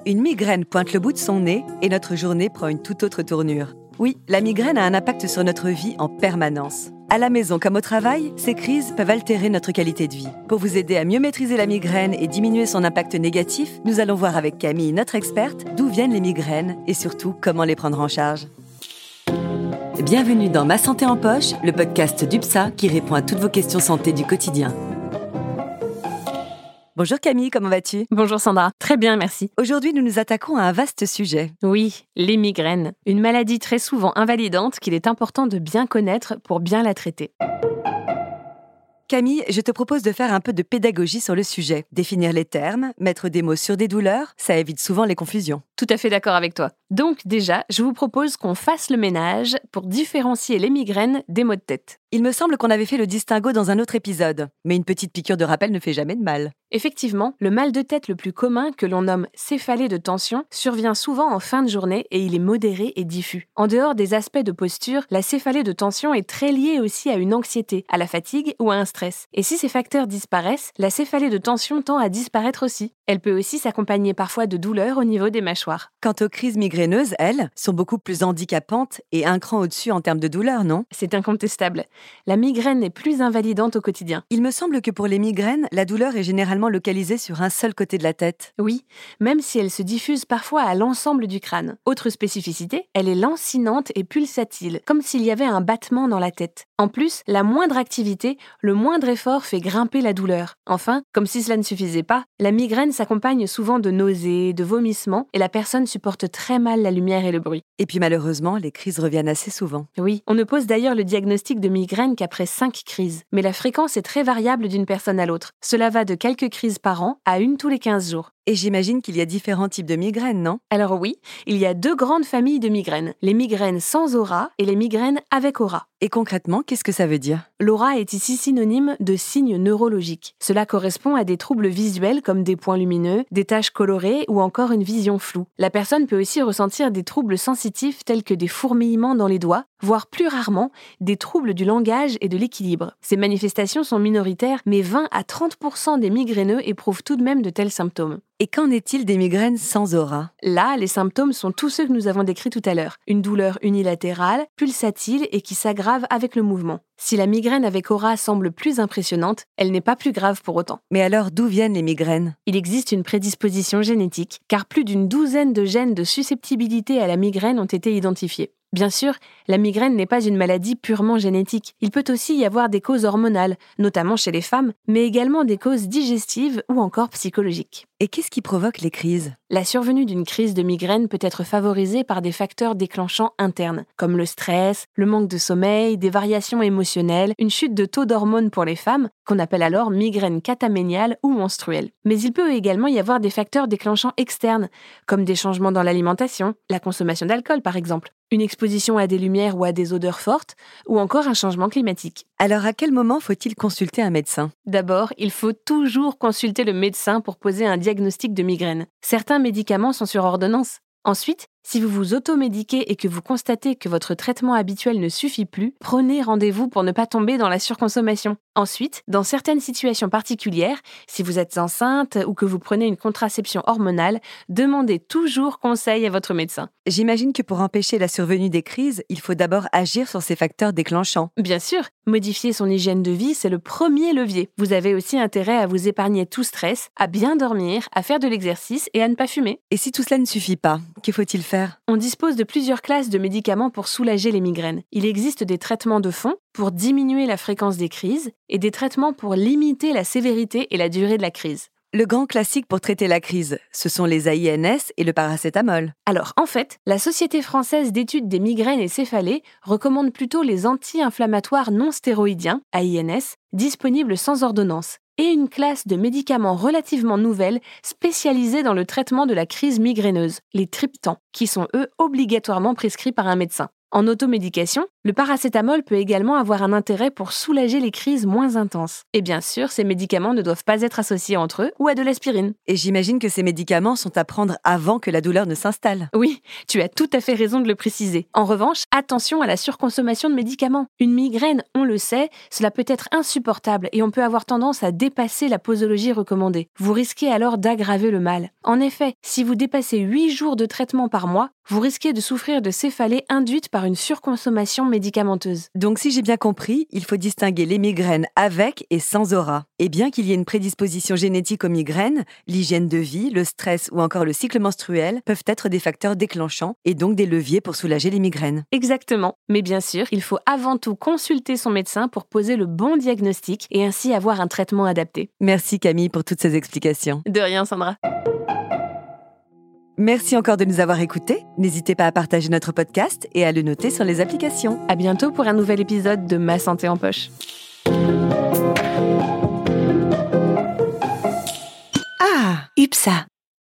Une migraine pointe le bout de son nez et notre journée prend une toute autre tournure. Oui, la migraine a un impact sur notre vie en permanence. À la maison comme au travail, ces crises peuvent altérer notre qualité de vie. Pour vous aider à mieux maîtriser la migraine et diminuer son impact négatif, nous allons voir avec Camille, notre experte, d'où viennent les migraines et surtout comment les prendre en charge. Bienvenue dans Ma Santé en Poche, le podcast d'UPSA qui répond à toutes vos questions santé du quotidien. Bonjour Camille, comment vas-tu ? Bonjour Sandra, très bien, merci. Aujourd'hui, nous nous attaquons à un vaste sujet. Oui, les migraines, une maladie très souvent invalidante qu'il est important de bien connaître pour bien la traiter. Camille, je te propose de faire un peu de pédagogie sur le sujet. Définir les termes, mettre des mots sur des douleurs, ça évite souvent les confusions. Tout à fait d'accord avec toi. Donc déjà, je vous propose qu'on fasse le ménage pour différencier les migraines des maux de tête. Il me semble qu'on avait fait le distinguo dans un autre épisode, mais une petite piqûre de rappel ne fait jamais de mal. Effectivement, le mal de tête le plus commun, que l'on nomme céphalée de tension, survient souvent en fin de journée et il est modéré et diffus. En dehors des aspects de posture, la céphalée de tension est très liée aussi à une anxiété, à la fatigue ou à un stress. Et si ces facteurs disparaissent, la céphalée de tension tend à disparaître aussi. Elle peut aussi s'accompagner parfois de douleurs au niveau des mâchoires. Quant aux crises migraineuses, elles, sont beaucoup plus handicapantes et un cran au-dessus en termes de douleur, non ? C'est incontestable. La migraine est plus invalidante au quotidien. Il me semble que pour les migraines, la douleur est généralement localisée sur un seul côté de la tête. Oui, même si elle se diffuse parfois à l'ensemble du crâne. Autre spécificité, elle est lancinante et pulsatile, comme s'il y avait un battement dans la tête. En plus, la moindre activité, le moindre effort fait grimper la douleur. Enfin, comme si cela ne suffisait pas, la migraine s'accompagne souvent de nausées, de vomissements, et la personne supporte très mal la lumière et le bruit. Et puis malheureusement, les crises reviennent assez souvent. Oui, on ne pose d'ailleurs le diagnostic de migraine qu'après 5 crises. Mais la fréquence est très variable d'une personne à l'autre. Cela va de quelques crises par an à une tous les 15 jours. Et j'imagine qu'il y a différents types de migraines, non ? Alors oui, il y a 2 grandes familles de migraines. Les migraines sans aura et les migraines avec aura. Et concrètement, qu'est-ce que ça veut dire ? L'aura est ici synonyme de signes neurologiques. Cela correspond à des troubles visuels comme des points lumineux, des taches colorées ou encore une vision floue. La personne peut aussi ressentir des troubles sensitifs tels que des fourmillements dans les doigts, voire plus rarement, des troubles du langage et de l'équilibre. Ces manifestations sont minoritaires, mais 20 à 30% des migraineux éprouvent tout de même de tels symptômes. Et qu'en est-il des migraines sans aura ? Là, les symptômes sont tous ceux que nous avons décrits tout à l'heure. Une douleur unilatérale, pulsatile et qui s'aggrave avec le mouvement. Si la migraine avec aura semble plus impressionnante, elle n'est pas plus grave pour autant. Mais alors, d'où viennent les migraines ? Il existe une prédisposition génétique, car plus d'une douzaine de gènes de susceptibilité à la migraine ont été identifiés. Bien sûr, la migraine n'est pas une maladie purement génétique. Il peut aussi y avoir des causes hormonales, notamment chez les femmes, mais également des causes digestives ou encore psychologiques. Et qu'est-ce qui provoque les crises ? La survenue d'une crise de migraine peut être favorisée par des facteurs déclenchants internes, comme le stress, le manque de sommeil, des variations émotionnelles, une chute de taux d'hormones pour les femmes, qu'on appelle alors migraine cataméniale ou menstruelle. Mais il peut également y avoir des facteurs déclenchants externes, comme des changements dans l'alimentation, la consommation d'alcool par exemple, une exposition à des lumières ou à des odeurs fortes, ou encore un changement climatique. Alors à quel moment faut-il consulter un médecin ? D'abord, il faut toujours consulter le médecin pour poser un diagnostic de migraine. Certains médicaments sont sur ordonnance. Ensuite, si vous vous automédiquez et que vous constatez que votre traitement habituel ne suffit plus, prenez rendez-vous pour ne pas tomber dans la surconsommation. Ensuite, dans certaines situations particulières, si vous êtes enceinte ou que vous prenez une contraception hormonale, demandez toujours conseil à votre médecin. J'imagine que pour empêcher la survenue des crises, il faut d'abord agir sur ces facteurs déclenchants. Bien sûr, modifier son hygiène de vie, c'est le premier levier. Vous avez aussi intérêt à vous épargner tout stress, à bien dormir, à faire de l'exercice et à ne pas fumer. Et si tout cela ne suffit pas, que faut-il faire ? On dispose de plusieurs classes de médicaments pour soulager les migraines. Il existe des traitements de fond pour diminuer la fréquence des crises et des traitements pour limiter la sévérité et la durée de la crise. Le grand classique pour traiter la crise, ce sont les AINS et le paracétamol. Alors, en fait, la Société française d'études des migraines et céphalées recommande plutôt les anti-inflammatoires non stéroïdiens, AINS, disponibles sans ordonnance, et une classe de médicaments relativement nouvelle spécialisés dans le traitement de la crise migraineuse, les triptans, qui sont eux obligatoirement prescrits par un médecin. En automédication, Le paracétamol peut également avoir un intérêt pour soulager les crises moins intenses. Et bien sûr, ces médicaments ne doivent pas être associés entre eux ou à de l'aspirine. Et j'imagine que ces médicaments sont à prendre avant que la douleur ne s'installe. Oui, tu as tout à fait raison de le préciser. En revanche, attention à la surconsommation de médicaments. Une migraine, on le sait, cela peut être insupportable et on peut avoir tendance à dépasser la posologie recommandée. Vous risquez alors d'aggraver le mal. En effet, si vous dépassez 8 jours de traitement par mois, vous risquez de souffrir de céphalées induites par une surconsommation médicamenteuse. Donc si j'ai bien compris, il faut distinguer les migraines avec et sans aura. Et bien qu'il y ait une prédisposition génétique aux migraines, l'hygiène de vie, le stress ou encore le cycle menstruel peuvent être des facteurs déclenchants et donc des leviers pour soulager les migraines. Exactement. Mais bien sûr, il faut avant tout consulter son médecin pour poser le bon diagnostic et ainsi avoir un traitement adapté. Merci Camille pour toutes ces explications. De rien, Sandra. Merci encore de nous avoir écoutés. N'hésitez pas à partager notre podcast et à le noter sur les applications. À bientôt pour un nouvel épisode de Ma Santé en Poche. Ah, UPSA.